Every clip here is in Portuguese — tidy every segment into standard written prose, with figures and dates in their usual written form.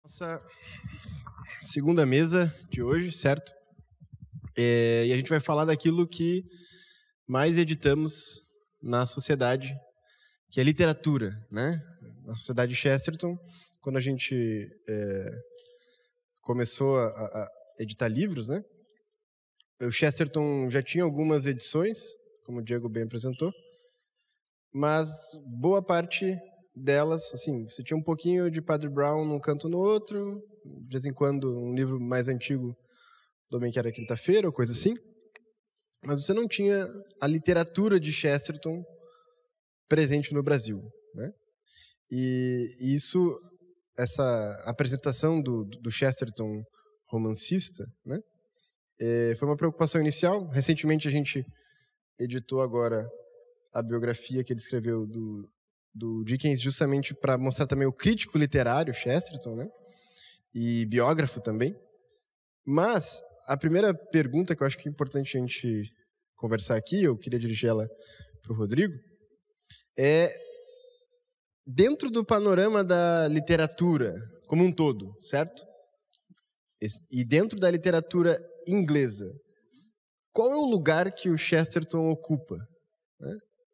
Nossa segunda mesa de hoje, certo? E a gente vai falar daquilo que mais editamos na sociedade, que é literatura, né? Na sociedade Chesterton, quando a gente começou a editar livros, né? O Chesterton já tinha algumas edições, como o Diego bem apresentou, mas boa parte delas, assim, você tinha um pouquinho de Padre Brown num canto ou no outro, de vez em quando um livro mais antigo do Homem que Era Quinta-feira, ou coisa assim, mas você não tinha a literatura de Chesterton presente no Brasil, né? E isso, essa apresentação do Chesterton romancista, né? Foi uma preocupação inicial. Recentemente a gente editou agora a biografia que ele escreveu do Dickens, justamente para mostrar também o crítico literário Chesterton, né? E biógrafo também. Mas a primeira pergunta que eu acho que é importante a gente conversar aqui, eu queria dirigir ela para o Rodrigo, é dentro do panorama da literatura como um todo, certo? E dentro da literatura inglesa, qual é o lugar que o Chesterton ocupa, né?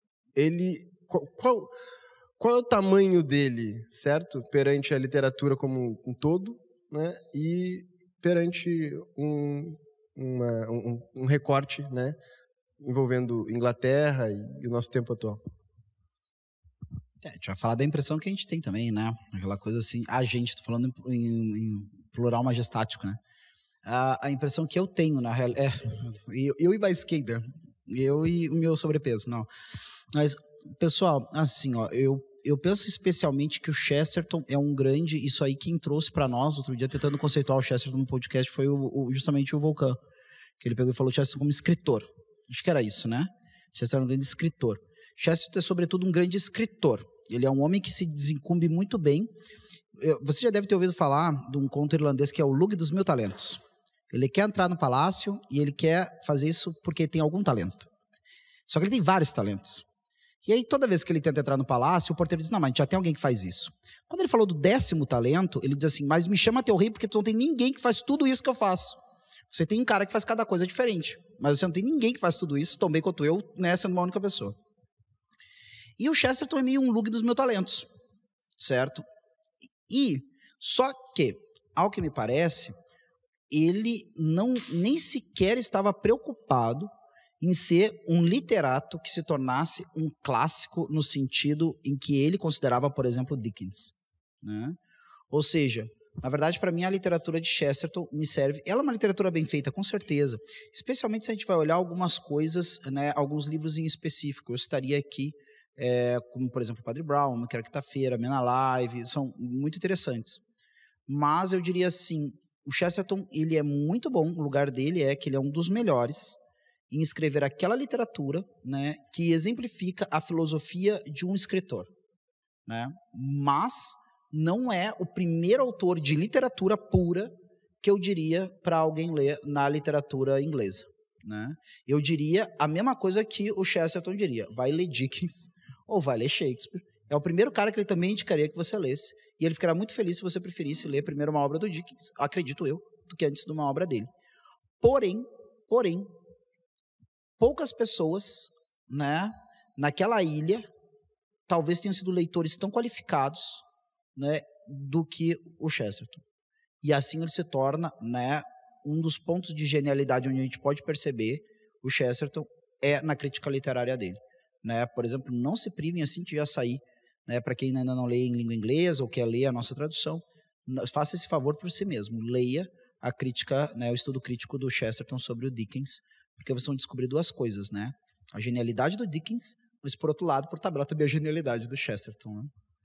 Qual é o tamanho dele, certo? Perante a literatura como um todo, né? E perante um recorte, né? Envolvendo Inglaterra e o nosso tempo atual. A gente vai falar da impressão que a gente tem também, né? Aquela coisa assim, a gente, tô falando em plural majestático, né? A impressão que eu tenho, na real, eu e mais quem, né? Eu e o meu sobrepeso, não. Mas, pessoal, assim, ó, eu penso especialmente que o Chesterton é um grande, isso aí quem trouxe para nós, outro dia tentando conceituar o Chesterton no podcast, foi justamente o Volcan, que ele pegou e falou Chesterton como escritor. Acho que era isso, né? Chesterton é um grande escritor. Chesterton é, sobretudo, um grande escritor. Ele é um homem que se desincumbe muito bem. Você já deve ter ouvido falar de um conto irlandês que é o Lug dos Mil Talentos. Ele quer entrar no palácio e ele quer fazer isso porque tem algum talento. Só que ele tem vários talentos. E aí, toda vez que ele tenta entrar no palácio, o porteiro diz, não, mas já tem alguém que faz isso. Quando ele falou do 10º talento, ele diz assim, mas me chama teu rei porque tu não tem ninguém que faz tudo isso que eu faço. Você tem um cara que faz cada coisa diferente, mas você não tem ninguém que faz tudo isso tão bem quanto eu, né, sendo uma única pessoa. E o Chesterton é meio um Lug dos Mil Talentos, certo? E, só que, ao que me parece, ele nem sequer estava preocupado em ser um literato que se tornasse um clássico no sentido em que ele considerava, por exemplo, Dickens, né? Ou seja, na verdade, para mim, a literatura de Chesterton me serve... Ela é uma literatura bem feita, com certeza. Especialmente se a gente vai olhar algumas coisas, né, alguns livros em específico. Eu estaria aqui, como, por exemplo, Padre Brown, Uma Quinta-feira, Men Alive, são muito interessantes. Mas eu diria assim, o Chesterton, ele é muito bom, o lugar dele é que ele é um dos melhores em escrever aquela literatura, né, que exemplifica a filosofia de um escritor, né? Mas não é o primeiro autor de literatura pura que eu diria para alguém ler na literatura inglesa, né? Eu diria a mesma coisa que o Chesterton diria, vai ler Dickens ou vai ler Shakespeare. É o primeiro cara que ele também indicaria que você lesse, e ele ficará muito feliz se você preferisse ler primeiro uma obra do Dickens, acredito eu, do que antes de uma obra dele. Porém, poucas pessoas, né, naquela ilha talvez tenham sido leitores tão qualificados, né, do que o Chesterton. E assim ele se torna, né, um dos pontos de genialidade onde a gente pode perceber o Chesterton é na crítica literária dele, né? Por exemplo, não se privem assim que já sair, né, para quem ainda não lê em língua inglesa ou quer ler a nossa tradução, faça esse favor por si mesmo, leia a crítica, né, o estudo crítico do Chesterton sobre o Dickens, porque vocês vão descobrir duas coisas, né? A genialidade do Dickens, mas por outro lado, por tabela também a genialidade do Chesterton, né?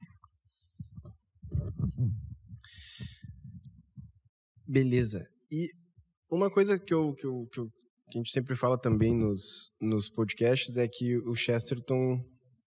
Beleza. E uma coisa que a gente sempre fala também nos podcasts é que o Chesterton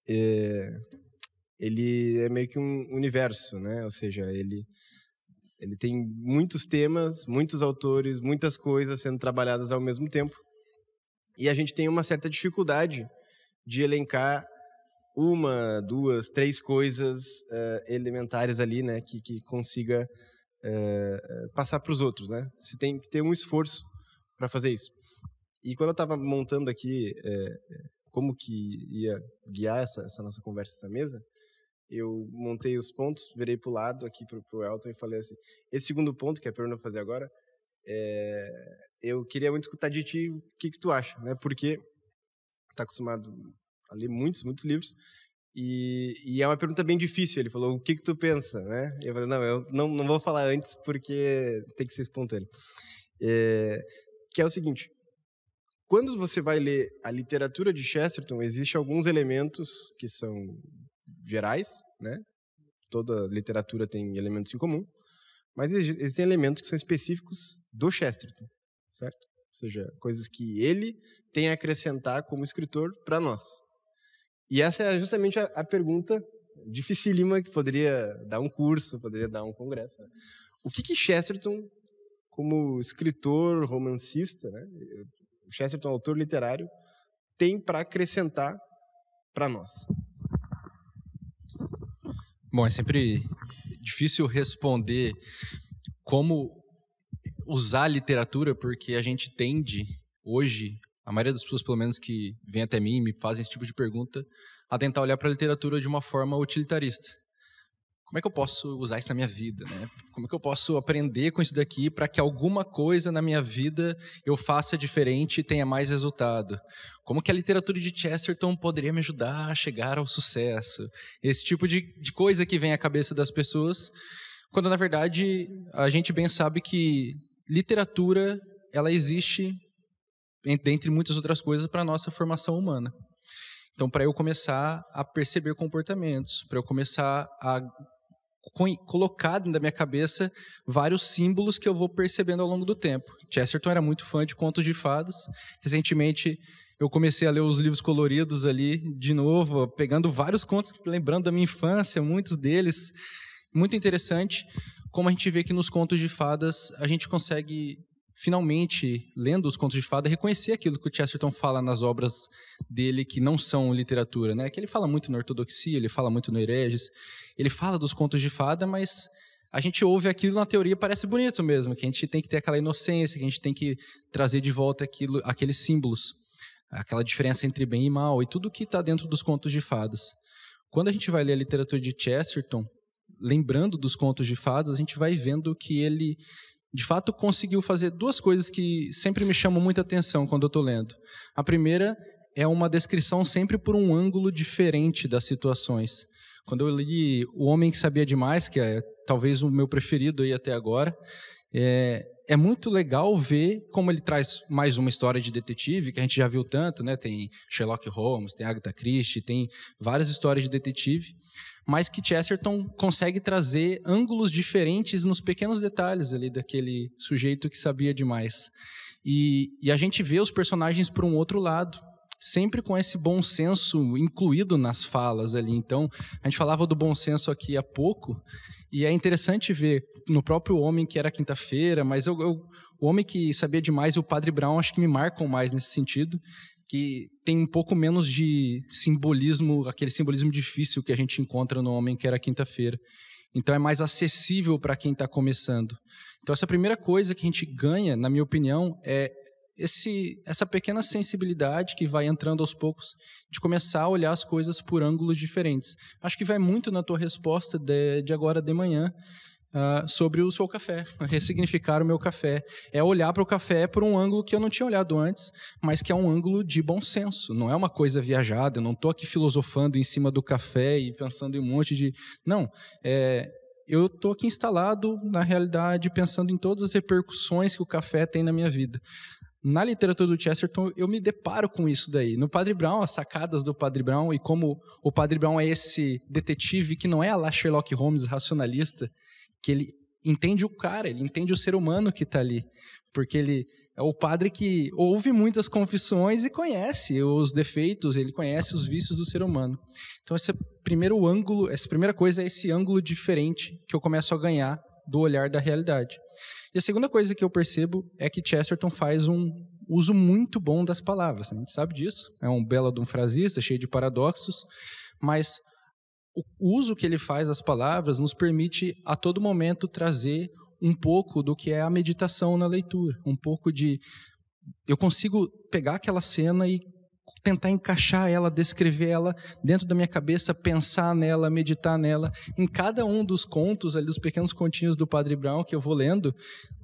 ele é meio que um universo, né? Ou seja, ele tem muitos temas, muitos autores, muitas coisas sendo trabalhadas ao mesmo tempo. E a gente tem uma certa dificuldade de elencar uma, duas, três coisas elementares ali, né? Que consiga passar para os outros, né? Se tem que ter um esforço para fazer isso. E quando eu estava montando aqui como que ia guiar essa nossa conversa, essa mesa, eu montei os pontos, virei para o lado aqui para o Elton e falei assim, esse segundo ponto, que é para eu não fazer agora, eu queria muito escutar de ti o que tu acha, né? Porque tá acostumado a ler muitos livros e é uma pergunta bem difícil. Ele falou, o que tu pensa, né? E eu falei, não, eu não vou falar antes porque tem que ser espontâneo. Que é o seguinte, quando você vai ler a literatura de Chesterton, existem alguns elementos que são gerais, né? Toda literatura tem elementos em comum, mas existem elementos que são específicos do Chesterton, certo? Ou seja, coisas que ele tem a acrescentar como escritor para nós. E essa é justamente a pergunta dificílima que poderia dar um curso, poderia dar um congresso. Né? O que Chesterton, como escritor, romancista, né? O Chesterton, autor literário, tem para acrescentar para nós? Bom, é sempre difícil responder como usar a literatura, porque a gente tende, hoje, a maioria das pessoas, pelo menos, que vem até mim e me fazem esse tipo de pergunta, a tentar olhar para a literatura de uma forma utilitarista. Como é que eu posso usar isso na minha vida, né? Como é que eu posso aprender com isso daqui para que alguma coisa na minha vida eu faça diferente e tenha mais resultado? Como que a literatura de Chesterton poderia me ajudar a chegar ao sucesso? Esse tipo de coisa que vem à cabeça das pessoas, quando, na verdade, a gente bem sabe que literatura, ela existe, dentre muitas outras coisas, para a nossa formação humana. Então, para eu começar a perceber comportamentos, para eu começar a colocar dentro da minha cabeça vários símbolos que eu vou percebendo ao longo do tempo. Chesterton era muito fã de contos de fadas. Recentemente, eu comecei a ler os livros coloridos ali, de novo, pegando vários contos, lembrando da minha infância, muitos deles. Muito interessante como a gente vê que nos contos de fadas a gente consegue, finalmente, lendo os contos de fada, reconhecer aquilo que o Chesterton fala nas obras dele que não são literatura, né? Que ele fala muito na Ortodoxia, ele fala muito no Hereges, ele fala dos contos de fada, mas a gente ouve aquilo na teoria, parece bonito mesmo, que a gente tem que ter aquela inocência, que a gente tem que trazer de volta aqueles símbolos, aquela diferença entre bem e mal, e tudo que está dentro dos contos de fadas. Quando a gente vai ler a literatura de Chesterton, lembrando dos contos de fadas, a gente vai vendo que ele, de fato, conseguiu fazer duas coisas que sempre me chamam muita atenção quando eu estou lendo. A primeira é uma descrição sempre por um ângulo diferente das situações. Quando eu li O Homem que Sabia Demais, que é talvez o meu preferido aí até agora, é muito legal ver como ele traz mais uma história de detetive, que a gente já viu tanto, né? Tem Sherlock Holmes, tem Agatha Christie, tem várias histórias de detetive, mas que Chesterton consegue trazer ângulos diferentes nos pequenos detalhes ali daquele sujeito que sabia demais. E a gente vê os personagens por um outro lado, sempre com esse bom senso incluído nas falas ali. Então, a gente falava do bom senso aqui há pouco, e é interessante ver no próprio Homem que Era Quinta-feira, mas o Homem que Sabia Demais e o Padre Brown acho que me marcam mais nesse sentido, que tem um pouco menos de simbolismo, aquele simbolismo difícil que a gente encontra no Homem que Era Quinta-feira. Então é mais acessível para quem está começando. Então essa primeira coisa que a gente ganha, na minha opinião, é essa pequena sensibilidade que vai entrando aos poucos, de começar a olhar as coisas por ângulos diferentes. Acho que vai muito na tua resposta de agora de manhã, sobre o seu café, ressignificar o meu café. É olhar para o café por um ângulo que eu não tinha olhado antes, mas que é um ângulo de bom senso. Não é uma coisa viajada, eu não estou aqui filosofando em cima do café e pensando em um monte de... Não, eu estou aqui instalado na realidade, pensando em todas as repercussões que o café tem na minha vida. Na literatura do Chesterton, eu me deparo com isso daí. No Padre Brown, as sacadas do Padre Brown, e como o Padre Brown é esse detetive que não é a lá Sherlock Holmes racionalista, que ele entende o cara, ele entende o ser humano que está ali. Porque ele é o padre que ouve muitas confissões e conhece os defeitos, ele conhece os vícios do ser humano. Então, esse primeiro ângulo, essa primeira coisa é esse ângulo diferente que eu começo a ganhar do olhar da realidade. E a segunda coisa que eu percebo é que Chesterton faz um uso muito bom das palavras. A gente sabe disso, é um belo de um frasista, cheio de paradoxos, mas o uso que ele faz das palavras nos permite a todo momento trazer um pouco do que é a meditação na leitura, um pouco de... Eu consigo pegar aquela cena e tentar encaixar ela, descrever ela dentro da minha cabeça, pensar nela, meditar nela. Em cada um dos contos, ali, dos pequenos continhos do Padre Brown que eu vou lendo,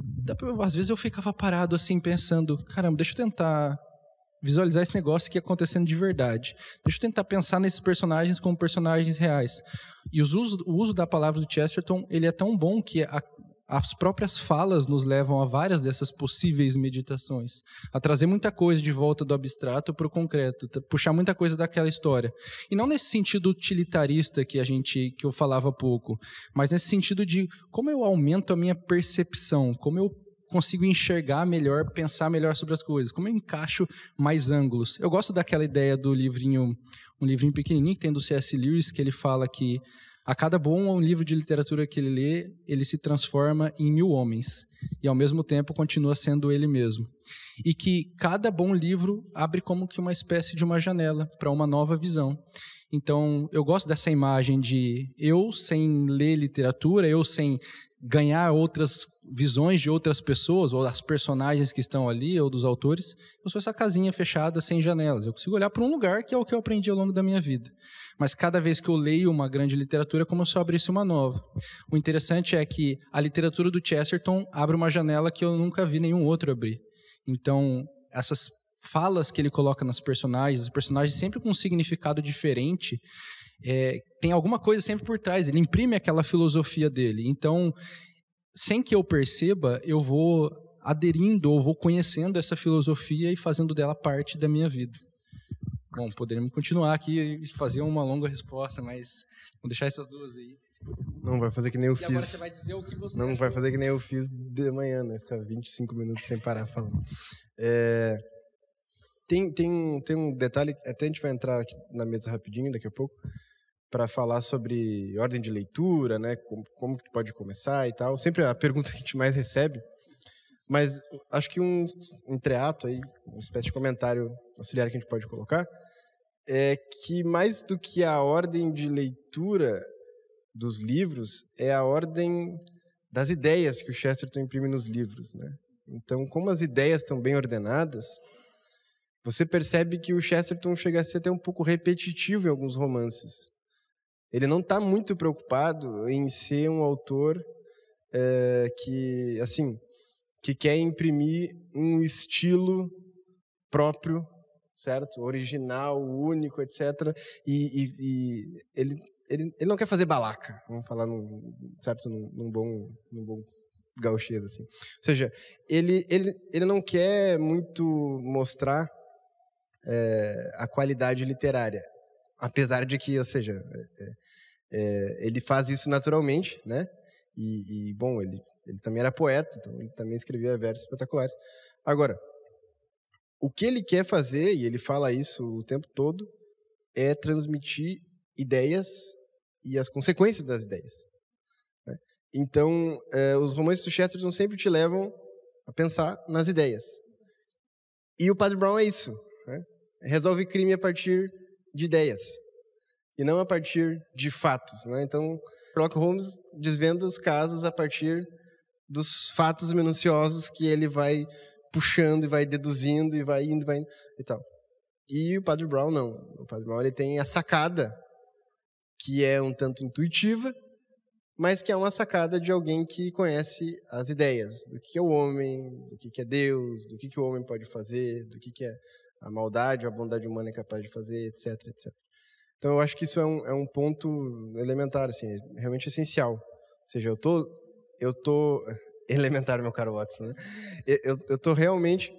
às vezes eu ficava parado assim, pensando, caramba, deixa eu tentar visualizar esse negócio aqui acontecendo de verdade. Deixa eu tentar pensar nesses personagens como personagens reais. E o uso da palavra do Chesterton, ele é tão bom que as próprias falas nos levam a várias dessas possíveis meditações, a trazer muita coisa de volta do abstrato para o concreto, puxar muita coisa daquela história. E não nesse sentido utilitarista que eu falava há pouco, mas nesse sentido de como eu aumento a minha percepção, como eu consigo enxergar melhor, pensar melhor sobre as coisas, como eu encaixo mais ângulos. Eu gosto daquela ideia do livrinho, um livrinho pequenininho que tem do C.S. Lewis, que ele fala que a cada bom livro de literatura que ele lê, ele se transforma em 1000 homens. E, ao mesmo tempo, continua sendo ele mesmo. E que cada bom livro abre como que uma espécie de uma janela para uma nova visão. Então, eu gosto dessa imagem de eu sem ler literatura, eu sem ganhar outras visões de outras pessoas, ou das personagens que estão ali, ou dos autores, eu sou essa casinha fechada, sem janelas. Eu consigo olhar para um lugar que é o que eu aprendi ao longo da minha vida. Mas cada vez que eu leio uma grande literatura, é como se eu abrisse uma nova. O interessante é que a literatura do Chesterton abre uma janela que eu nunca vi nenhum outro abrir. Então, essas falas que ele coloca nas personagens, os personagens sempre com um significado diferente, tem alguma coisa sempre por trás, ele imprime aquela filosofia dele. Então, sem que eu perceba, eu vou aderindo ou vou conhecendo essa filosofia e fazendo dela parte da minha vida. Bom, poderíamos continuar aqui e fazer uma longa resposta, mas vou deixar essas duas aí. Não vai fazer que nem eu fiz. Agora você vai dizer o que você Não achou. vai fazer que nem eu fiz de manhã, né? Ficar 25 minutos sem parar falando. Tem um detalhe, até a gente vai entrar aqui na mesa rapidinho daqui a pouco, para falar sobre ordem de leitura, né? Como que pode começar e tal. Sempre a pergunta que a gente mais recebe. Mas acho que um entreato aí, uma espécie de comentário auxiliar que a gente pode colocar, é que mais do que a ordem de leitura dos livros, é a ordem das ideias que o Chesterton imprime nos livros, né? Então, como as ideias estão bem ordenadas, você percebe que o Chesterton chega a ser até um pouco repetitivo em alguns romances. Ele não está muito preocupado em ser um autor que quer imprimir um estilo próprio, certo? Original, único, etc. E ele não quer fazer balaca, vamos falar num bom gauchês, assim. Ou seja, ele não quer muito mostrar a qualidade literária, apesar de que, ou seja, ele faz isso naturalmente, né? Bom, ele também era poeta, então ele também escrevia versos espetaculares. Agora, o que ele quer fazer, e ele fala isso o tempo todo, é transmitir ideias e as consequências das ideias, né? Então, os romances do Chesterton sempre te levam a pensar nas ideias. E o Padre Brown é isso, né? Resolve crime a partir de ideias e não a partir de fatos, né? Então, Sherlock Holmes desvenda os casos a partir dos fatos minuciosos que ele vai puxando e vai deduzindo e vai indo e tal. E o Padre Brown não. O Padre Brown ele tem a sacada que é um tanto intuitiva, mas que é uma sacada de alguém que conhece as ideias do que é o homem, do que é Deus, do que o homem pode fazer, do que é a maldade ou a bondade humana é capaz de fazer, etc, etc. Então, eu acho que isso é um ponto elementar, assim, realmente essencial. Ou seja, eu tô elementar, meu caro Watson, né? Eu tô realmente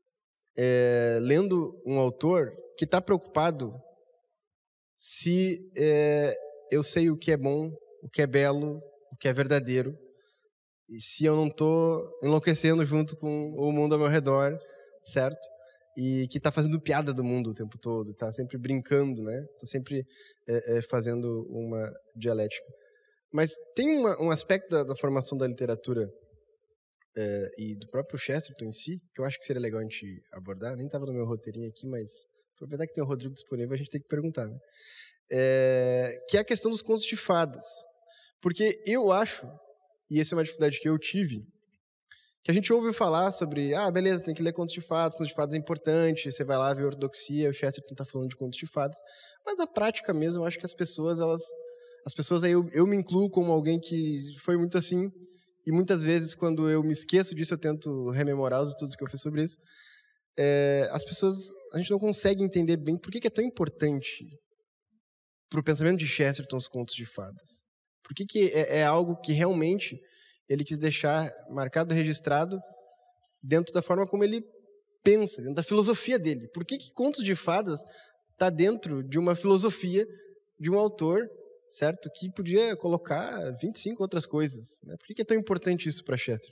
lendo um autor que está preocupado se eu sei o que é bom, o que é belo, o que é verdadeiro, e se eu não estou enlouquecendo junto com o mundo ao meu redor, certo? E que está fazendo piada do mundo o tempo todo, está sempre brincando, né? Está sempre fazendo uma dialética. Mas tem um aspecto da formação da literatura e do próprio Chesterton em si, que eu acho que seria legal a gente abordar, nem estava no meu roteirinho aqui, mas aproveitar que tem o Rodrigo disponível, a gente tem que perguntar, né? Que é a questão dos contos de fadas. Porque eu acho, e essa é uma dificuldade que eu tive, que a gente ouve falar sobre, beleza, tem que ler contos de fadas é importante, você vai lá ver ortodoxia, o Chesterton está falando de contos de fadas, mas na prática mesmo, eu acho que as pessoas aí, eu me incluo como alguém que foi muito assim, e muitas vezes, quando eu me esqueço disso, eu tento rememorar os estudos que eu fiz sobre isso, as pessoas, a gente não consegue entender bem por que é tão importante para o pensamento de Chesterton os contos de fadas. Por que é algo que realmente ele quis deixar marcado e registrado dentro da forma como ele pensa, dentro da filosofia dele. Por que contos de fadas está dentro de uma filosofia de um autor, certo? Que podia colocar 25 outras coisas. Né? Por que é tão importante isso para Chesterton?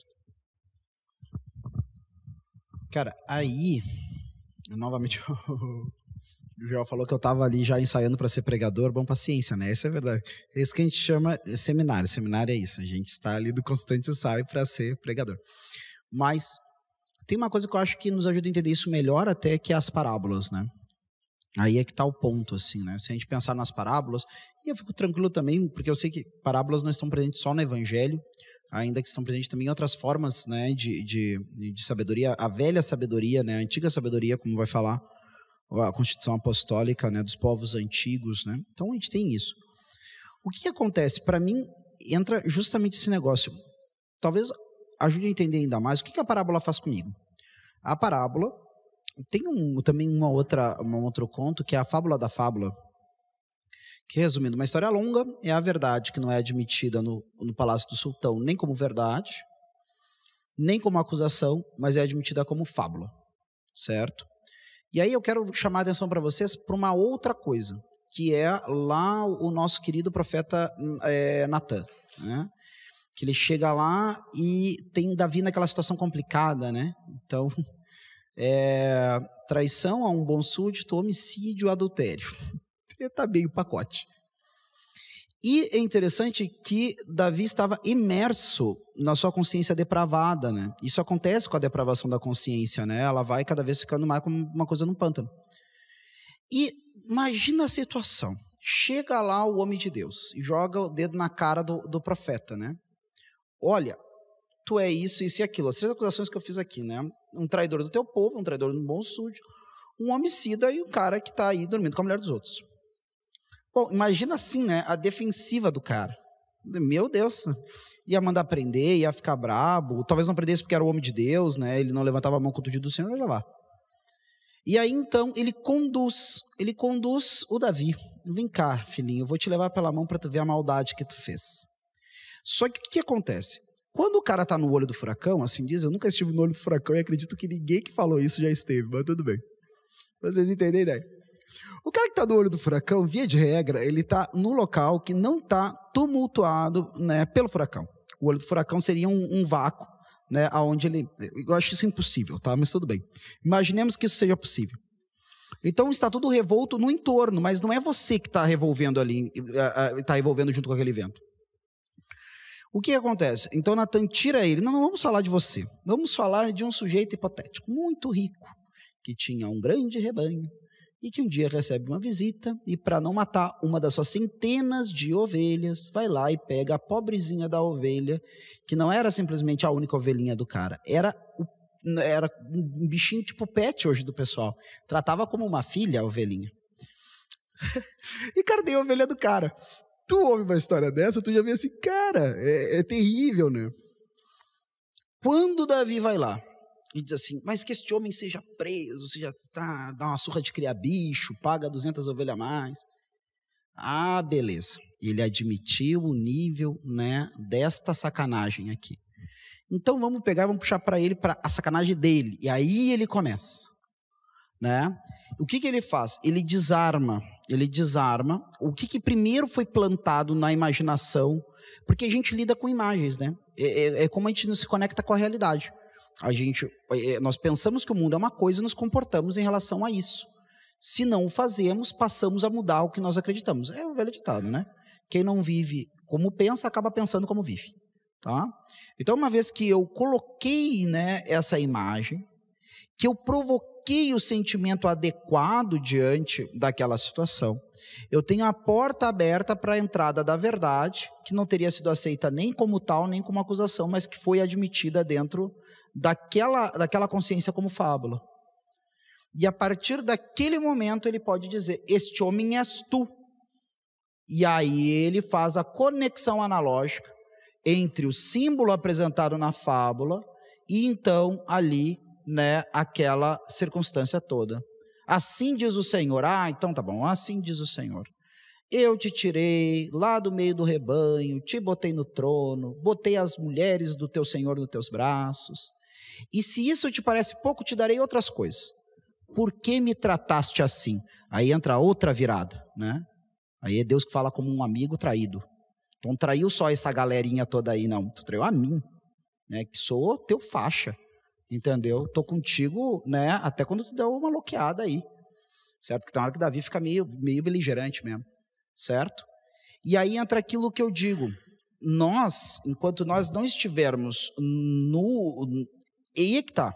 Cara, aí, novamente, o Joel falou que eu estava ali já ensaiando para ser pregador. Bom, paciência, né? Isso é verdade. É isso que a gente chama seminário. Seminário é isso. A gente está ali do constante ensaio para ser pregador. Mas tem uma coisa que eu acho que nos ajuda a entender isso melhor até, que é as parábolas, né? Aí é que está o ponto, assim, né? Se a gente pensar nas parábolas, e eu fico tranquilo também, porque eu sei que parábolas não estão presentes só no Evangelho, ainda que estão presentes também em outras formas, né, de sabedoria, a velha sabedoria, né, a antiga sabedoria, como vai falar a Constituição Apostólica, né, dos povos antigos, né? Então a gente tem isso. O que acontece? Para mim, entra justamente esse negócio. Talvez ajude a entender ainda mais o que a parábola faz comigo. A parábola tem também um outro conto, que é a fábula da fábula, que, resumindo uma história longa, é a verdade que não é admitida no Palácio do Sultão nem como verdade, nem como acusação, mas é admitida como fábula, certo? E aí eu quero chamar a atenção para vocês para uma outra coisa, que é lá o nosso querido profeta Natan, né? Que ele chega lá e tem Davi naquela situação complicada, né? Então, traição a um bom súdito, homicídio, adultério. Está bem o pacote. E é interessante que Davi estava imerso na sua consciência depravada, né? Isso acontece com a depravação da consciência, né? Ela vai cada vez ficando mais como uma coisa num pântano. E imagina a situação. Chega lá o homem de Deus e joga o dedo na cara do profeta, né? Olha, tu é isso, isso e aquilo. As 3 acusações que eu fiz aqui, né? Um traidor do teu povo, um traidor do bom súdito, um homicida e um cara que está aí dormindo com a mulher dos outros. Bom, imagina assim, né? A defensiva do cara. Meu Deus, ia mandar prender, ia ficar brabo, talvez não prendesse porque era o homem de Deus, né? Ele não levantava a mão contra o dia do Senhor, ia levar. E aí, então, ele conduz o Davi. Vem cá, filhinho, eu vou te levar pela mão para tu ver a maldade que tu fez. Só que o que acontece? Quando o cara está no olho do furacão, assim diz, eu nunca estive no olho do furacão e acredito que ninguém que falou isso já esteve, mas tudo bem. Vocês entendem a ideia? O cara que está no olho do furacão, via de regra, ele está no local que não está tumultuado, né, pelo furacão. O olho do furacão seria um vácuo, né, onde ele... Eu acho isso impossível, tá? Mas tudo bem. Imaginemos que isso seja possível. Então está tudo revolto no entorno, mas não é você que está revolvendo ali, está revolvendo junto com aquele vento. O que acontece? Então Natan tira ele. Não vamos falar de você. Vamos falar de um sujeito hipotético, muito rico, que tinha um grande rebanho e que um dia recebe uma visita e, para não matar uma das suas centenas de ovelhas, vai lá e pega a pobrezinha da ovelha, que não era simplesmente a única ovelhinha do cara, era um bichinho tipo pet hoje do pessoal. Tratava como uma filha a ovelhinha. E cadê a ovelha do cara? Tu ouve uma história dessa, tu já vê assim, cara, é terrível, né? Quando Davi vai lá e diz assim, mas que este homem seja preso, seja dá uma surra de criar bicho, paga 200 ovelhas a mais. Ah, beleza. Ele admitiu o nível, né, desta sacanagem aqui. Então vamos pegar e vamos puxar para ele para a sacanagem dele. E aí ele começa, né? O que ele faz? Ele desarma. O que primeiro foi plantado na imaginação, porque a gente lida com imagens, né? É como a gente não se conecta com a realidade. Nós pensamos que o mundo é uma coisa e nos comportamos em relação a isso. Se não o fazemos, passamos a mudar o que nós acreditamos. É o velho ditado, né? Quem não vive como pensa, acaba pensando como vive. Tá? Então, uma vez que eu coloquei, né, essa imagem, que eu provoquei o sentimento adequado diante daquela situação. Eu tenho a porta aberta para a entrada da verdade, que não teria sido aceita nem como tal, nem como acusação, mas que foi admitida dentro daquela consciência como fábula. E a partir daquele momento ele pode dizer, este homem és tu. E aí ele faz a conexão analógica entre o símbolo apresentado na fábula e então ali, né, aquela circunstância toda. Assim diz o Senhor. Ah, então tá bom, assim diz o Senhor. Eu te tirei lá do meio do rebanho, te botei no trono, botei as mulheres do teu Senhor nos teus braços. E se isso te parece pouco, te darei outras coisas. Por que me trataste assim? Aí entra outra virada, né? Aí é Deus que fala como um amigo traído. Tu não traiu só essa galerinha toda aí, não. Tu traiu a mim, né? Que sou teu faixa, entendeu? Tô contigo, né? Até quando tu deu uma loqueada aí, certo? Que tem uma hora que Davi fica meio beligerante mesmo, certo? E aí entra aquilo que eu digo. Nós, enquanto nós não estivermos aí é que tá.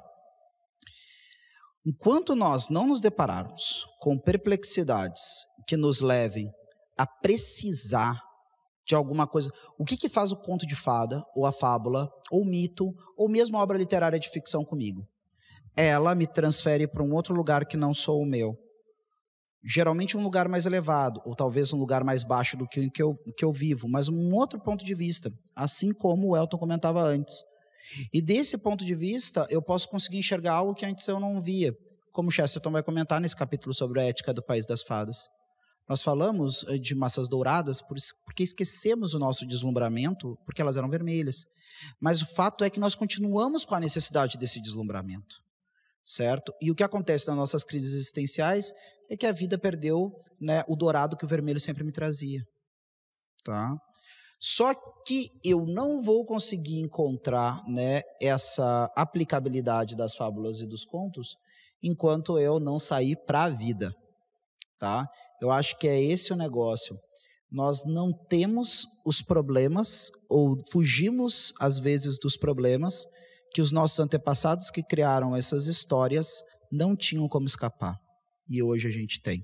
Enquanto nós não nos depararmos com perplexidades que nos levem a precisar de alguma coisa, o que faz o conto de fada, ou a fábula, ou o mito, ou mesmo a obra literária de ficção comigo? Ela me transfere para um outro lugar que não sou o meu. Geralmente um lugar mais elevado, ou talvez um lugar mais baixo do que eu vivo, mas um outro ponto de vista, assim como o Elton comentava antes. E desse ponto de vista, eu posso conseguir enxergar algo que antes eu não via, como o Chesterton vai comentar nesse capítulo sobre a ética do País das Fadas. Nós falamos de maçãs douradas porque esquecemos o nosso deslumbramento, porque elas eram vermelhas. Mas o fato é que nós continuamos com a necessidade desse deslumbramento, certo? E o que acontece nas nossas crises existenciais é que a vida perdeu, né, o dourado que o vermelho sempre me trazia, tá? Só que eu não vou conseguir encontrar, né, essa aplicabilidade das fábulas e dos contos enquanto eu não sair para a vida, tá? Eu acho que é esse o negócio. Nós não temos os problemas ou fugimos às vezes dos problemas que os nossos antepassados que criaram essas histórias não tinham como escapar. E hoje a gente tem,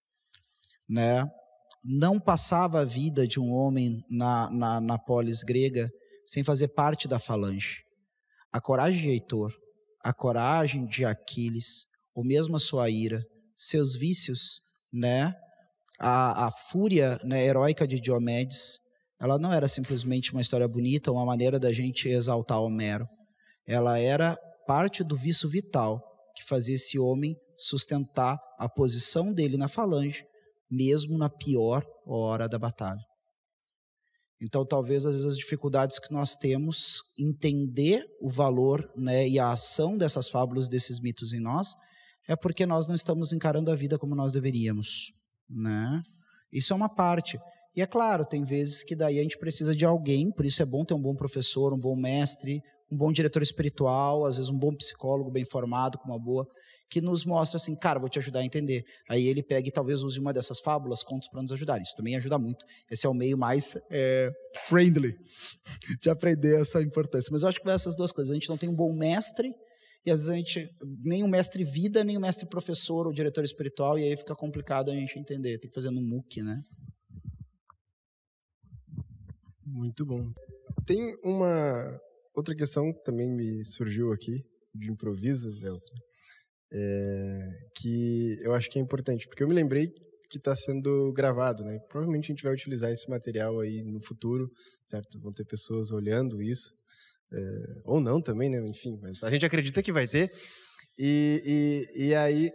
né? Não passava a vida de um homem na polis grega sem fazer parte da falange. A coragem de Heitor, a coragem de Aquiles, ou mesmo a sua ira, seus vícios, né? A fúria, né, heróica de Diomedes, ela não era simplesmente uma história bonita, uma maneira da gente exaltar Homero. Ela era parte do vício vital que fazia esse homem sustentar a posição dele na falange, mesmo na pior hora da batalha. Então, talvez, às vezes, as dificuldades que nós temos, entender o valor, né, e a ação dessas fábulas, desses mitos em nós, é porque nós não estamos encarando a vida como nós deveríamos, né? Isso é uma parte. E é claro, tem vezes que daí a gente precisa de alguém, por isso é bom ter um bom professor, um bom mestre, um bom diretor espiritual, às vezes um bom psicólogo bem formado, com uma boa, que nos mostra assim, cara, vou te ajudar a entender. Aí ele pega e talvez use uma dessas fábulas, contos para nos ajudar. Isso também ajuda muito. Esse é o meio mais friendly de aprender essa importância. Mas eu acho que vai essas duas coisas. A gente não tem um bom mestre, e às vezes a gente, nem um mestre vida, nem um mestre professor ou diretor espiritual, e aí fica complicado a gente entender. Tem que fazer no MOOC, né? Muito bom. Tem uma outra questão que também me surgiu aqui, de improviso, Elton, que eu acho que é importante, porque eu me lembrei que está sendo gravado, né? Provavelmente a gente vai utilizar esse material aí no futuro, certo? Vão ter pessoas olhando isso, ou não também, né? Enfim, mas a gente acredita que vai ter. E aí,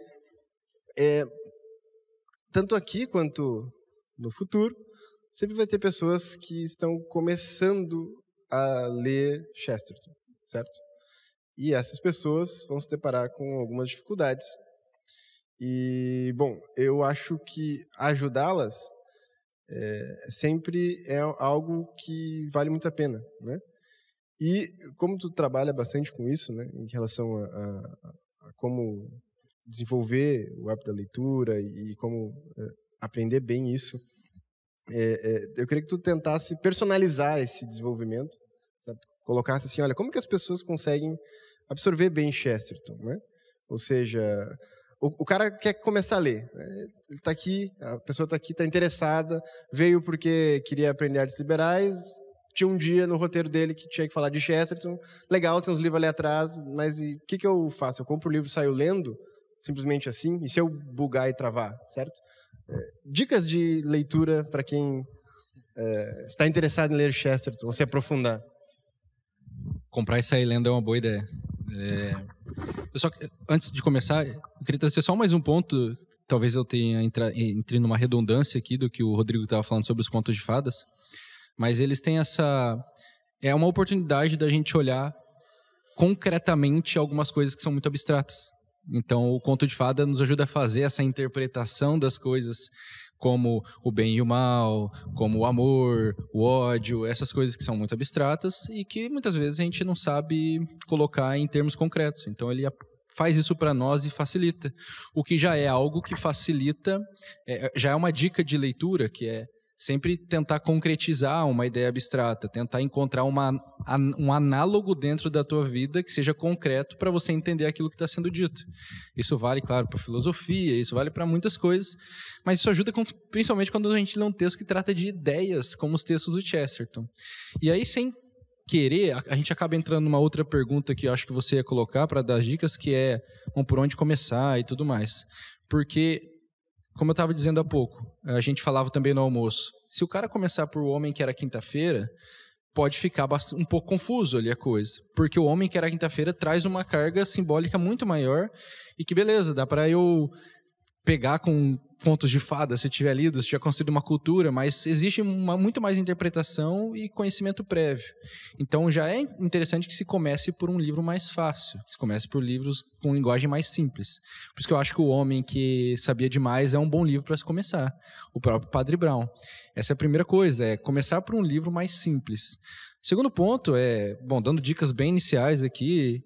tanto aqui quanto no futuro, sempre vai ter pessoas que estão começando a ler Chesterton, certo? E essas pessoas vão se deparar com algumas dificuldades. E, bom, eu acho que ajudá-las sempre é algo que vale muito a pena, né? E como tu trabalha bastante com isso, né, em relação a como desenvolver o hábito da leitura e como aprender bem isso, eu queria que tu tentasse personalizar esse desenvolvimento, sabe? Colocasse assim, olha, como que as pessoas conseguem absorver bem Chesterton, né? Ou seja, o cara quer começar a ler, né? Ele está aqui, a pessoa está aqui, está interessada, veio porque queria aprender artes liberais, tinha um dia no roteiro dele que tinha que falar de Chesterton, legal, tem uns livros ali atrás, mas o que eu faço? Eu compro o livro e saio lendo, simplesmente assim, e se eu bugar e travar, certo? Dicas de leitura para quem está interessado em ler Chesterton, ou se aprofundar. Comprar e sair lendo é uma boa ideia. Antes de começar, eu queria trazer só mais um ponto. Talvez eu tenha entre numa redundância aqui do que o Rodrigo estava falando sobre os contos de fadas, mas eles têm é uma oportunidade da gente olhar concretamente algumas coisas que são muito abstratas. Então, o conto de fada nos ajuda a fazer essa interpretação das coisas, como o bem e o mal, como o amor, o ódio, essas coisas que são muito abstratas e que muitas vezes a gente não sabe colocar em termos concretos. Então, ele faz isso para nós e facilita. O que já é algo que facilita, já é uma dica de leitura, que é sempre tentar concretizar uma ideia abstrata, tentar encontrar um análogo dentro da tua vida que seja concreto para você entender aquilo que está sendo dito. Isso vale, claro, para filosofia, isso vale para muitas coisas, mas isso ajuda principalmente quando a gente lê um texto que trata de ideias, como os textos do Chesterton. E aí, sem querer, a gente acaba entrando numa outra pergunta que eu acho que você ia colocar para dar dicas, que é por onde começar e tudo mais. Porque, como eu estava dizendo há pouco, a gente falava também no almoço, se o cara começar por O Homem que Era Quinta-feira, pode ficar um pouco confuso ali a coisa, porque O Homem que Era Quinta-feira traz uma carga simbólica muito maior e que, beleza, dá para eu pegar com contos de fada, se eu tiver lido, se tiver construído uma cultura, mas existe muito mais interpretação e conhecimento prévio. Então já é interessante que se comece por um livro mais fácil, que se comece por livros com linguagem mais simples. Por isso que eu acho que O Homem que Sabia Demais é um bom livro para se começar. O próprio Padre Brown. Essa é a primeira coisa, é começar por um livro mais simples. O segundo ponto dando dicas bem iniciais aqui,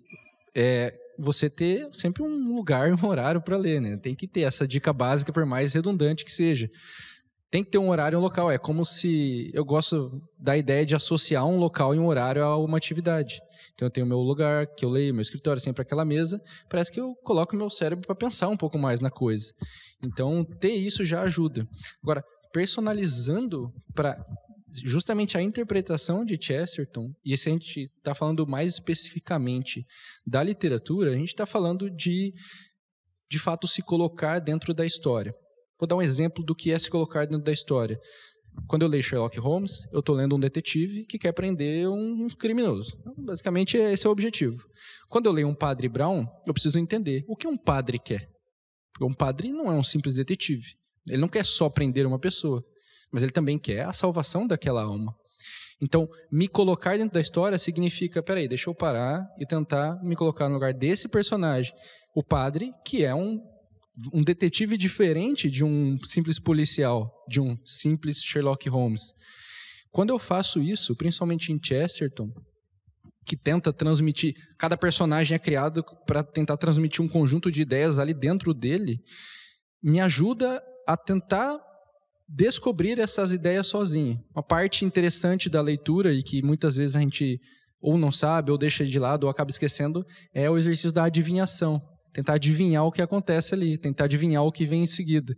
você ter sempre um lugar e um horário para ler, né? Tem que ter essa dica básica, por mais redundante que seja. Tem que ter um horário e um local. É como se... Eu gosto da ideia de associar um local e um horário a uma atividade. Então, eu tenho o meu lugar, que eu leio, meu escritório, sempre aquela mesa. Parece que eu coloco o meu cérebro para pensar um pouco mais na coisa. Então, ter isso já ajuda. Agora, personalizando para... justamente a interpretação de Chesterton, e se a gente está falando mais especificamente da literatura, a gente está falando de fato se colocar dentro da história. Vou dar um exemplo do que é se colocar dentro da história. Quando eu leio Sherlock Holmes, eu estou lendo um detetive que quer prender um criminoso. Basicamente, esse é o objetivo. Quando eu leio um Padre Brown, eu preciso entender o que um padre quer. Porque um padre não é um simples detetive. Ele não quer só prender uma pessoa, mas ele também quer a salvação daquela alma. Então, me colocar dentro da história significa, peraí, deixa eu parar e tentar me colocar no lugar desse personagem, o padre, que é um detetive diferente de um simples policial, de um simples Sherlock Holmes. Quando eu faço isso, principalmente em Chesterton, que tenta transmitir, cada personagem é criado para tentar transmitir um conjunto de ideias ali dentro dele, me ajuda a tentar descobrir essas ideias sozinho. Uma parte interessante da leitura e que muitas vezes a gente ou não sabe, ou deixa de lado, ou acaba esquecendo, é o exercício da adivinhação. Tentar adivinhar o que acontece ali, tentar adivinhar o que vem em seguida.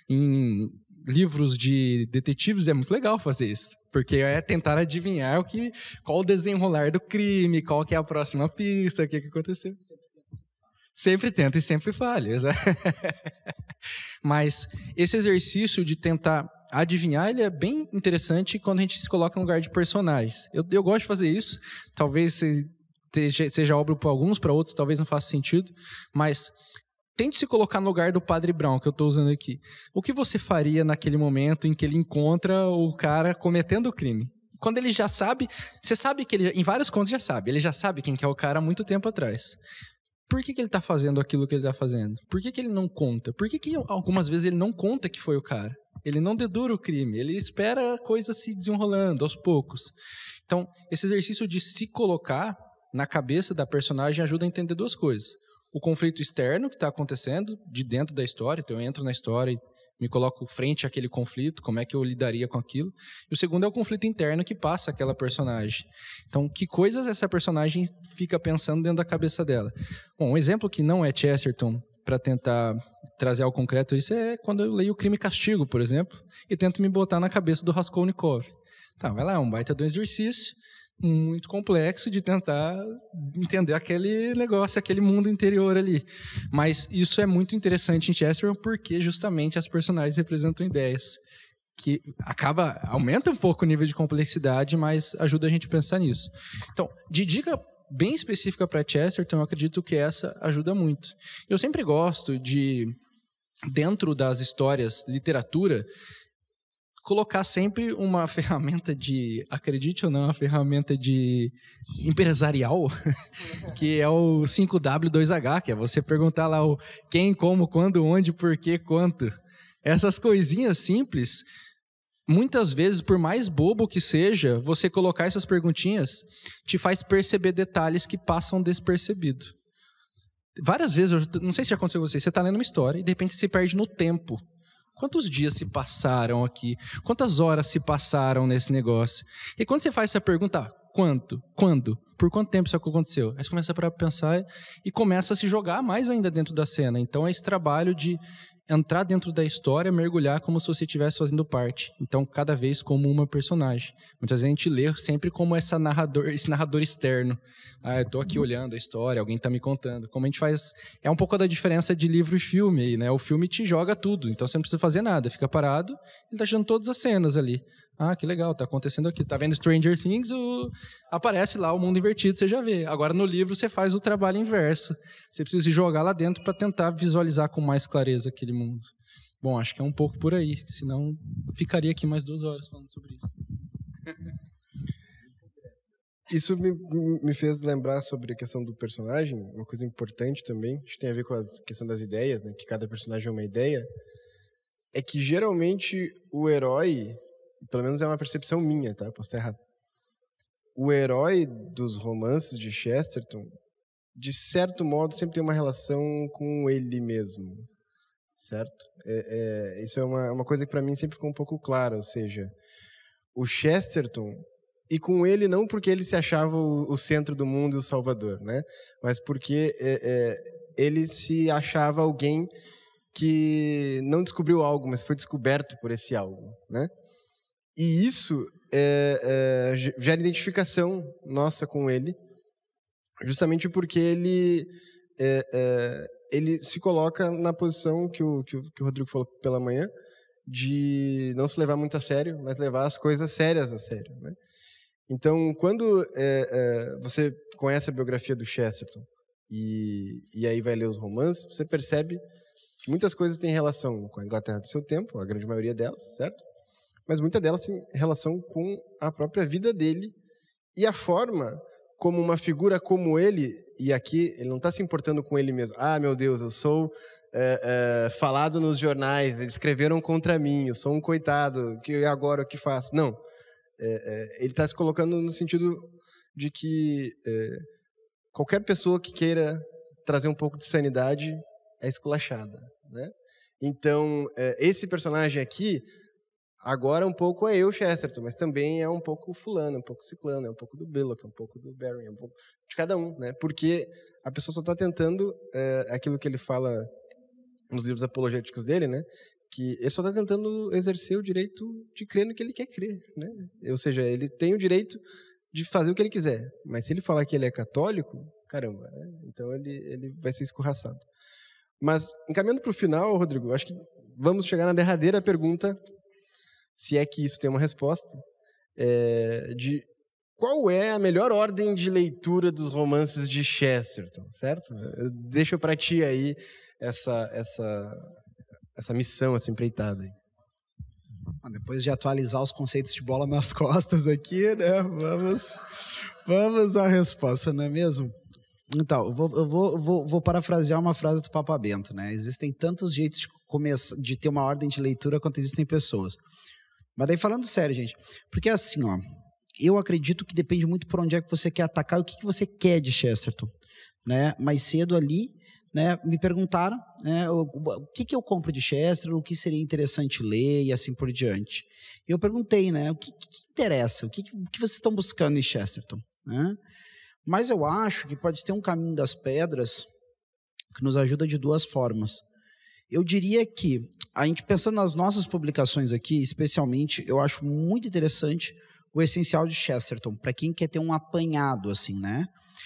Em livros de detetives é muito legal fazer isso, porque é tentar adivinhar qual o desenrolar do crime, qual que é a próxima pista, o que aconteceu. Sempre tenta e sempre falha. Mas esse exercício de tentar adivinhar, ele é bem interessante quando a gente se coloca no lugar de personagens. Eu gosto de fazer isso, talvez seja óbvio para alguns, para outros talvez não faça sentido, mas tente se colocar no lugar do Padre Brown, que eu estou usando aqui. O que você faria naquele momento em que ele encontra o cara cometendo o crime? Quando ele já sabe, você sabe que ele, em vários contos ele já sabe quem que é o cara há muito tempo atrás. Por que ele está fazendo aquilo que ele está fazendo? Por que ele não conta? Por que algumas vezes ele não conta que foi o cara? Ele não dedura o crime, ele espera a coisa se desenrolando aos poucos. Então, esse exercício de se colocar na cabeça da personagem ajuda a entender duas coisas. O conflito externo que está acontecendo de dentro da história, então eu entro na história e me coloco frente àquele conflito, como é que eu lidaria com aquilo. E o segundo é o conflito interno que passa aquela personagem. Então, que coisas essa personagem fica pensando dentro da cabeça dela? Bom, um exemplo que não é Chesterton, para tentar trazer ao concreto isso, é quando eu leio Crime e Castigo, por exemplo, e tento me botar na cabeça do Raskolnikov. Tá, vai lá, é um baita de um exercício muito complexo de tentar entender aquele negócio, aquele mundo interior ali. Mas isso é muito interessante em Chesterton porque justamente as personagens representam ideias que aumenta um pouco o nível de complexidade, mas ajuda a gente a pensar nisso. Então, de dica bem específica para Chesterton, eu acredito que essa ajuda muito. Eu sempre gosto de, dentro das histórias, literatura, colocar sempre uma ferramenta de, acredite ou não, uma ferramenta de empresarial, que é o 5W2H, que é você perguntar lá o quem, como, quando, onde, porquê, quanto. Essas coisinhas simples, muitas vezes, por mais bobo que seja, você colocar essas perguntinhas te faz perceber detalhes que passam despercebido. Várias vezes, eu não sei se já aconteceu com você, você está lendo uma história e de repente se perde no tempo. Quantos dias se passaram aqui? Quantas horas se passaram nesse negócio? E quando você faz essa pergunta, quanto? Quando? Por quanto tempo isso aconteceu? Aí você começa a pensar e começa a se jogar mais ainda dentro da cena. Então é esse trabalho de entrar dentro da história, mergulhar como se você estivesse fazendo parte. Então, cada vez como uma personagem. Muitas vezes a gente lê sempre como esse narrador externo. Ah, eu estou aqui olhando a história, alguém está me contando. Como a gente faz... É um pouco da diferença de livro e filme aí, né? O filme te joga tudo, então você não precisa fazer nada. Fica parado, ele está tirando todas as cenas ali. Ah, que legal, tá acontecendo aqui. Tá vendo Stranger Things, aparece lá o mundo invertido, você já vê. Agora no livro você faz o trabalho inverso. Você precisa se jogar lá dentro para tentar visualizar com mais clareza aquele mundo. Bom, acho que é um pouco por aí. Senão ficaria aqui mais 2 horas falando sobre isso. Isso me fez lembrar sobre a questão do personagem, uma coisa importante também, acho que tem a ver com a questão das ideias, né? Que cada personagem é uma ideia, é que geralmente o herói, pelo menos é uma percepção minha, tá? Posso estar errado. O herói dos romances de Chesterton, de certo modo, sempre tem uma relação com ele mesmo, certo? Isso é uma coisa que para mim sempre ficou um pouco clara, ou seja, o Chesterton, e com ele não porque ele se achava o centro do mundo e o salvador, né? Mas porque ele se achava alguém que não descobriu algo, mas foi descoberto por esse algo, né? E isso gera identificação nossa com ele, justamente porque ele se coloca na posição que o Rodrigo falou pela manhã, de não se levar muito a sério, mas levar as coisas sérias a sério, né? Então, quando você conhece a biografia do Chesterton e aí vai ler os romances, você percebe que muitas coisas têm relação com a Inglaterra do seu tempo, a grande maioria delas, certo? Mas muitas delas têm relação com a própria vida dele e a forma como uma figura como ele, e aqui ele não está se importando com ele mesmo. Ah, meu Deus, eu sou falado nos jornais, eles escreveram contra mim, eu sou um coitado, que agora o que faço? Não. Ele está se colocando no sentido de que qualquer pessoa que queira trazer um pouco de sanidade é esculachada, né? Então, esse personagem aqui, agora um pouco é eu, Chesterton, mas também é um pouco fulano, um pouco ciclano, é um pouco do Belloc, é um pouco do Barry, é um pouco de cada um, né? Porque a pessoa só está tentando aquilo que ele fala nos livros apologéticos dele, né? Que ele só está tentando exercer o direito de crer no que ele quer crer, né? Ou seja, ele tem o direito de fazer o que ele quiser, mas se ele falar que ele é católico, caramba, né? Então ele vai ser escorraçado. Mas, encaminhando para o final, Rodrigo, acho que vamos chegar na derradeira pergunta, se é que isso tem uma resposta, de qual é a melhor ordem de leitura dos romances de Chesterton, certo? Eu deixo para ti aí essa missão, essa empreitada aí. Depois de atualizar os conceitos de bola nas costas aqui, né? Vamos à resposta, não é mesmo? Então, eu vou parafrasear uma frase do Papa Bento, né? Existem tantos jeitos de ter uma ordem de leitura quanto existem pessoas. Mas daí falando sério, gente, porque assim, ó, eu acredito que depende muito por onde é que você quer atacar e o que você quer de Chesterton, né? Mais cedo ali, né, me perguntaram, né, o que eu compro de Chesterton, o que seria interessante ler e assim por diante. Eu perguntei, né, o que interessa, o que vocês estão buscando em Chesterton, né? Mas eu acho que pode ter um caminho das pedras que nos ajuda de duas formas. Eu diria que, a gente pensando nas nossas publicações aqui, especialmente, eu acho muito interessante o essencial de Chesterton, para quem quer ter um apanhado, assim, né?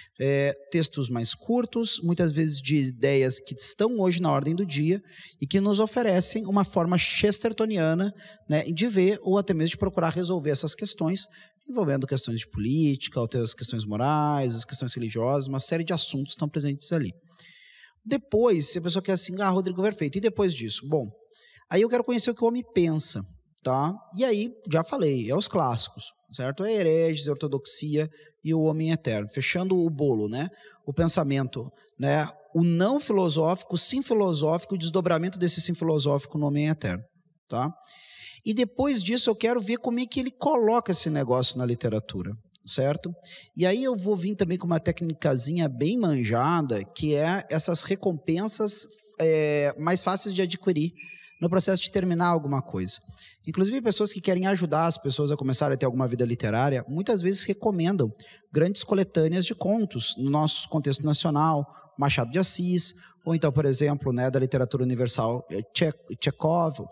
Textos mais curtos, muitas vezes de ideias que estão hoje na ordem do dia e que nos oferecem uma forma chestertoniana, né, de ver ou até mesmo de procurar resolver essas questões, envolvendo questões de política, as questões morais, as questões religiosas, uma série de assuntos estão presentes ali. Depois, se a pessoa quer assim, Rodrigo, perfeito, e depois disso? Bom, aí eu quero conhecer o que o homem pensa, tá? E aí, já falei, é os clássicos, certo? É Hereges, a Ortodoxia e o Homem Eterno. Fechando o bolo, né? O pensamento, né? O não filosófico, o sim filosófico, o desdobramento desse sim filosófico no Homem Eterno, tá? E depois disso eu quero ver como é que ele coloca esse negócio na literatura, certo? E aí eu vou vir também com uma técnicazinha bem manjada, que é essas recompensas mais fáceis de adquirir no processo de terminar alguma coisa. Inclusive, pessoas que querem ajudar as pessoas a começarem a ter alguma vida literária, muitas vezes recomendam grandes coletâneas de contos no nosso contexto nacional, Machado de Assis, ou então, por exemplo, né, da literatura universal, Chekhov,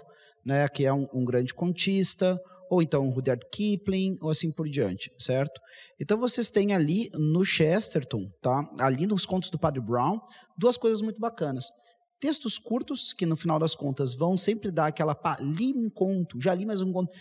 né, que é um grande contista, ou então Rudyard Kipling, ou assim por diante, certo? Então vocês têm ali no Chesterton, tá? Ali nos contos do Padre Brown, duas coisas muito bacanas. Textos curtos, que no final das contas vão sempre dar aquela li um conto, já li mais um conto.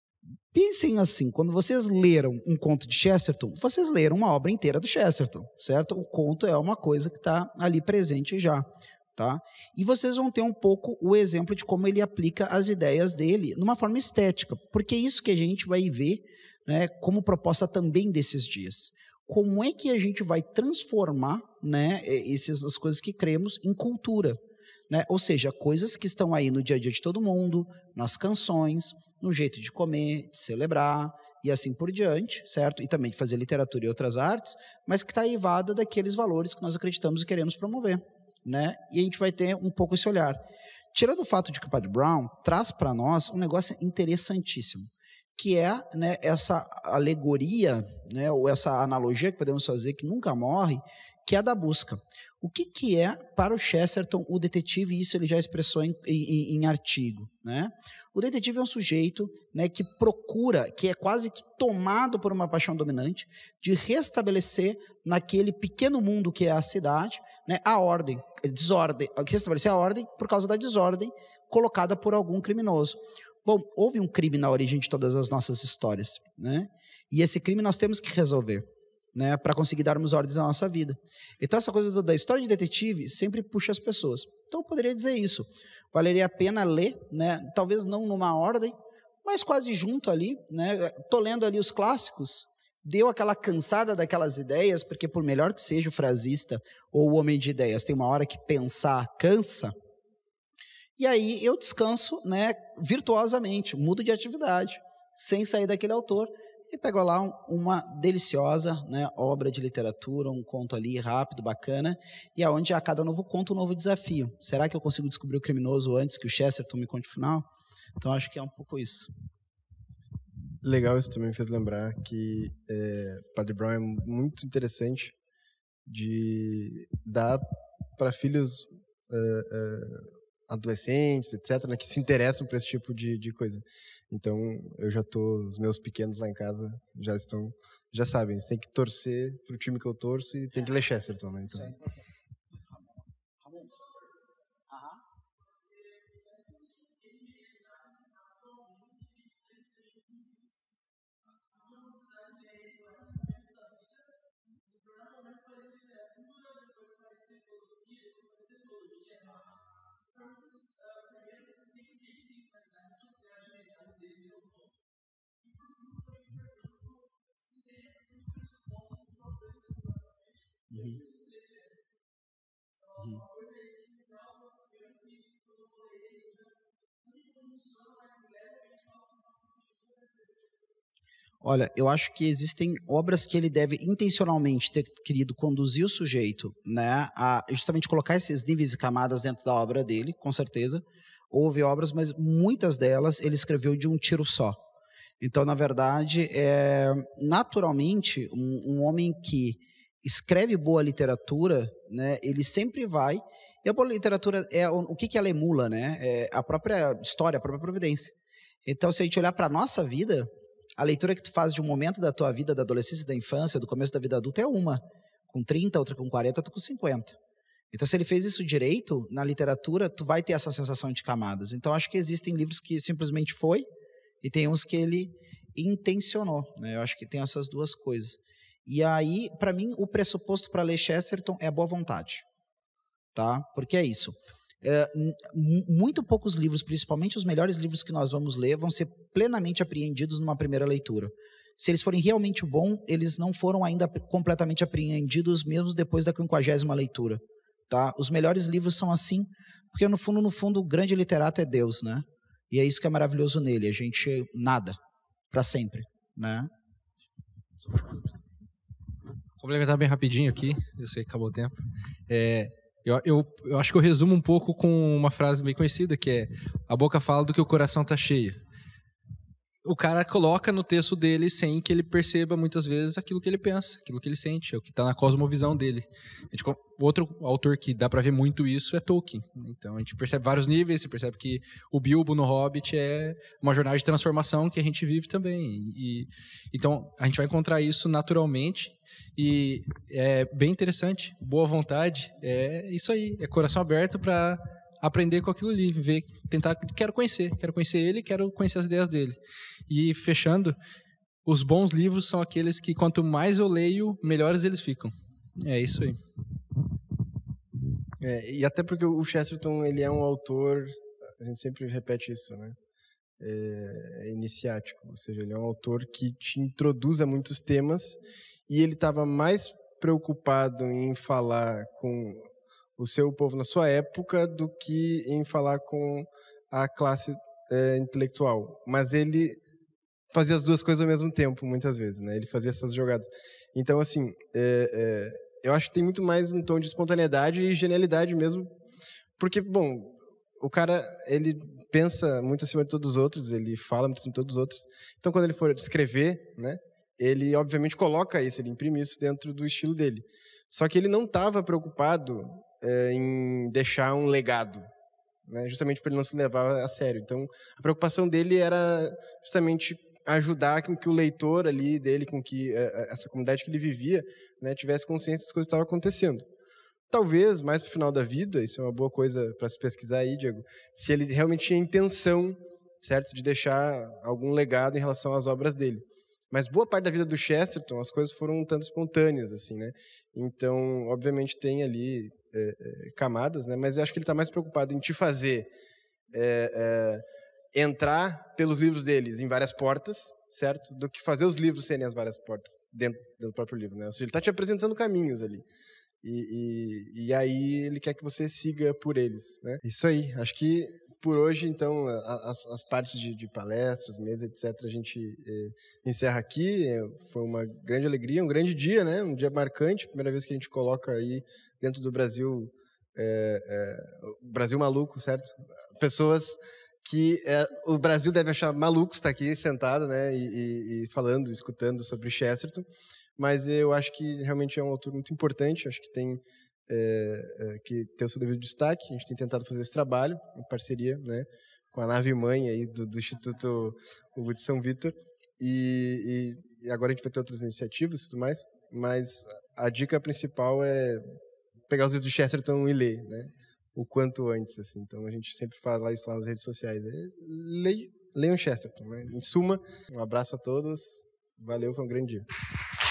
Pensem assim, quando vocês leram um conto de Chesterton, vocês leram uma obra inteira do Chesterton, certo? O conto é uma coisa que está ali presente já. Tá? E vocês vão ter um pouco o exemplo de como ele aplica as ideias dele numa forma estética, porque é isso que a gente vai ver, né, como proposta também desses dias. Como é que a gente vai transformar, né, as coisas que cremos em cultura? Né? Ou seja, coisas que estão aí no dia a dia de todo mundo, nas canções, no jeito de comer, de celebrar e assim por diante, certo? E também de fazer literatura e outras artes, mas que está aivada daqueles valores que nós acreditamos e queremos promover. Né? E a gente vai ter um pouco esse olhar. Tirando o fato de que o Padre Brown traz para nós um negócio interessantíssimo, que é, né, essa alegoria, né, ou essa analogia que podemos fazer, que nunca morre, que é a da busca. O que é, para o Chesterton, o detetive, e isso ele já expressou em artigo. Né? O detetive é um sujeito, né, que procura, que é quase que tomado por uma paixão dominante, de restabelecer naquele pequeno mundo que é a cidade, né, a ordem, desordem, restabelecer a ordem por causa da desordem colocada por algum criminoso. Bom, houve um crime na origem de todas as nossas histórias, né? E esse crime nós temos que resolver, né, para conseguir darmos ordens à nossa vida. Então essa coisa da história de detetive sempre puxa as pessoas. Então eu poderia dizer isso. Valeria a pena ler, né, talvez não numa ordem, mas quase junto ali, né? Tô lendo ali os clássicos, deu aquela cansada daquelas ideias, porque por melhor que seja o frasista ou o homem de ideias, tem uma hora que pensar cansa. E aí eu descanso, né, virtuosamente, mudo de atividade, sem sair daquele autor, e pego lá uma deliciosa, né, obra de literatura, um conto ali rápido, bacana, e aonde a cada novo conto um novo desafio. Será que eu consigo descobrir o criminoso antes que o Chesterton me conte o final? Então acho que é um pouco isso. Legal, isso também me fez lembrar que Padre Brown é muito interessante de dar para filhos adolescentes, etc., né, que se interessam por esse tipo de coisa. Então, os meus pequenos lá em casa já sabem, eles têm que torcer pro time que eu torço e tem que ler Chesterton, né? Então. Olha, eu acho que existem obras que ele deve intencionalmente ter querido conduzir o sujeito, né, a justamente colocar esses níveis e camadas dentro da obra dele, com certeza. Houve obras, mas muitas delas ele escreveu de um tiro só. Então, na verdade, naturalmente, um homem que escreve boa literatura, né, ele sempre vai... E a boa literatura, o que ela emula, né? É a própria história, a própria providência. Então, se a gente olhar para a nossa vida, a leitura que tu faz de um momento da tua vida, da adolescência, da infância, do começo da vida adulta, é uma. Com 30, outra com 40, outra com 50. Então, se ele fez isso direito, na literatura, tu vai ter essa sensação de camadas. Então, acho que existem livros que simplesmente foi, e tem uns que ele intencionou, né? Eu acho que tem essas duas coisas. E aí, para mim, o pressuposto para ler Chesterton é a boa vontade. Tá? Porque é isso. Muito poucos livros, principalmente os melhores livros que nós vamos ler, vão ser plenamente apreendidos numa primeira leitura. Se eles forem realmente bons, eles não foram ainda completamente apreendidos mesmo depois da 50ª leitura. Tá? Os melhores livros são assim, porque no fundo, o grande literato é Deus, né? E é isso que é maravilhoso nele. A gente nada para sempre, né? Complementar bem rapidinho aqui, eu sei que acabou o tempo. Eu acho que eu resumo um pouco com uma frase bem conhecida, que é: a boca fala do que o coração está cheio. O cara coloca no texto dele sem que ele perceba muitas vezes aquilo que ele pensa, aquilo que ele sente, é o que está na cosmovisão dele. Outro autor que dá para ver muito isso é Tolkien. Então a gente percebe vários níveis, você percebe que o Bilbo no Hobbit é uma jornada de transformação que a gente vive também. Então a gente vai encontrar isso naturalmente e é bem interessante, boa vontade, é isso aí, é coração aberto para aprender com aquilo ali, ver, tentar, quero conhecer ele, quero conhecer as ideias dele. E fechando, os bons livros são aqueles que quanto mais eu leio, melhores eles ficam. É isso aí. E até porque o Chesterton, ele é um autor, a gente sempre repete isso, né? É iniciático, ou seja, ele é um autor que te introduz a muitos temas e ele estava mais preocupado em falar com o seu povo na sua época do que em falar com a classe intelectual. Mas ele fazia as duas coisas ao mesmo tempo, muitas vezes, né? Ele fazia essas jogadas. Então, assim, eu acho que tem muito mais um tom de espontaneidade e genialidade mesmo, porque, bom, o cara, ele pensa muito acima de todos os outros, ele fala muito acima de todos os outros. Então, quando ele for escrever, né, ele, obviamente, coloca isso, ele imprime isso dentro do estilo dele. Só que ele não estava preocupado em deixar um legado, né? Justamente para ele não se levar a sério. Então, a preocupação dele era justamente ajudar com que o leitor ali dele, com que essa comunidade que ele vivia, né, tivesse consciência das coisas que estavam acontecendo. Talvez, mais para o final da vida, isso é uma boa coisa para se pesquisar aí, Diego, se ele realmente tinha intenção, certo, de deixar algum legado em relação às obras dele. Mas boa parte da vida do Chesterton, as coisas foram um tanto espontâneas, assim, né? Então, obviamente, tem ali camadas, né? Mas eu acho que ele está mais preocupado em te fazer entrar pelos livros deles em várias portas, certo? Do que fazer os livros serem as várias portas dentro do próprio livro, né? Ou seja, ele está te apresentando caminhos ali. E aí ele quer que você siga por eles, né? Isso aí. Acho que por hoje, então, as partes de palestras, mesas, etc., a gente encerra aqui. Foi uma grande alegria, um grande dia, né? Um dia marcante, primeira vez que a gente coloca aí dentro do Brasil, o Brasil maluco, certo? Pessoas que o Brasil deve achar malucos estar aqui sentado, né? E falando, escutando sobre Chesterton. Mas eu acho que realmente é um autor muito importante, acho que tem que ter o seu devido destaque. A gente tem tentado fazer esse trabalho em parceria, né, com a nave-mãe aí do Instituto Hugo de São Vitor, e agora a gente vai ter outras iniciativas e tudo mais, mas a dica principal é pegar os livros de Chesterton e ler, né, o quanto antes, assim. Então a gente sempre fala isso lá nas redes sociais, leiam Chesterton, né? Em suma, um abraço a todos, valeu, foi um grande dia.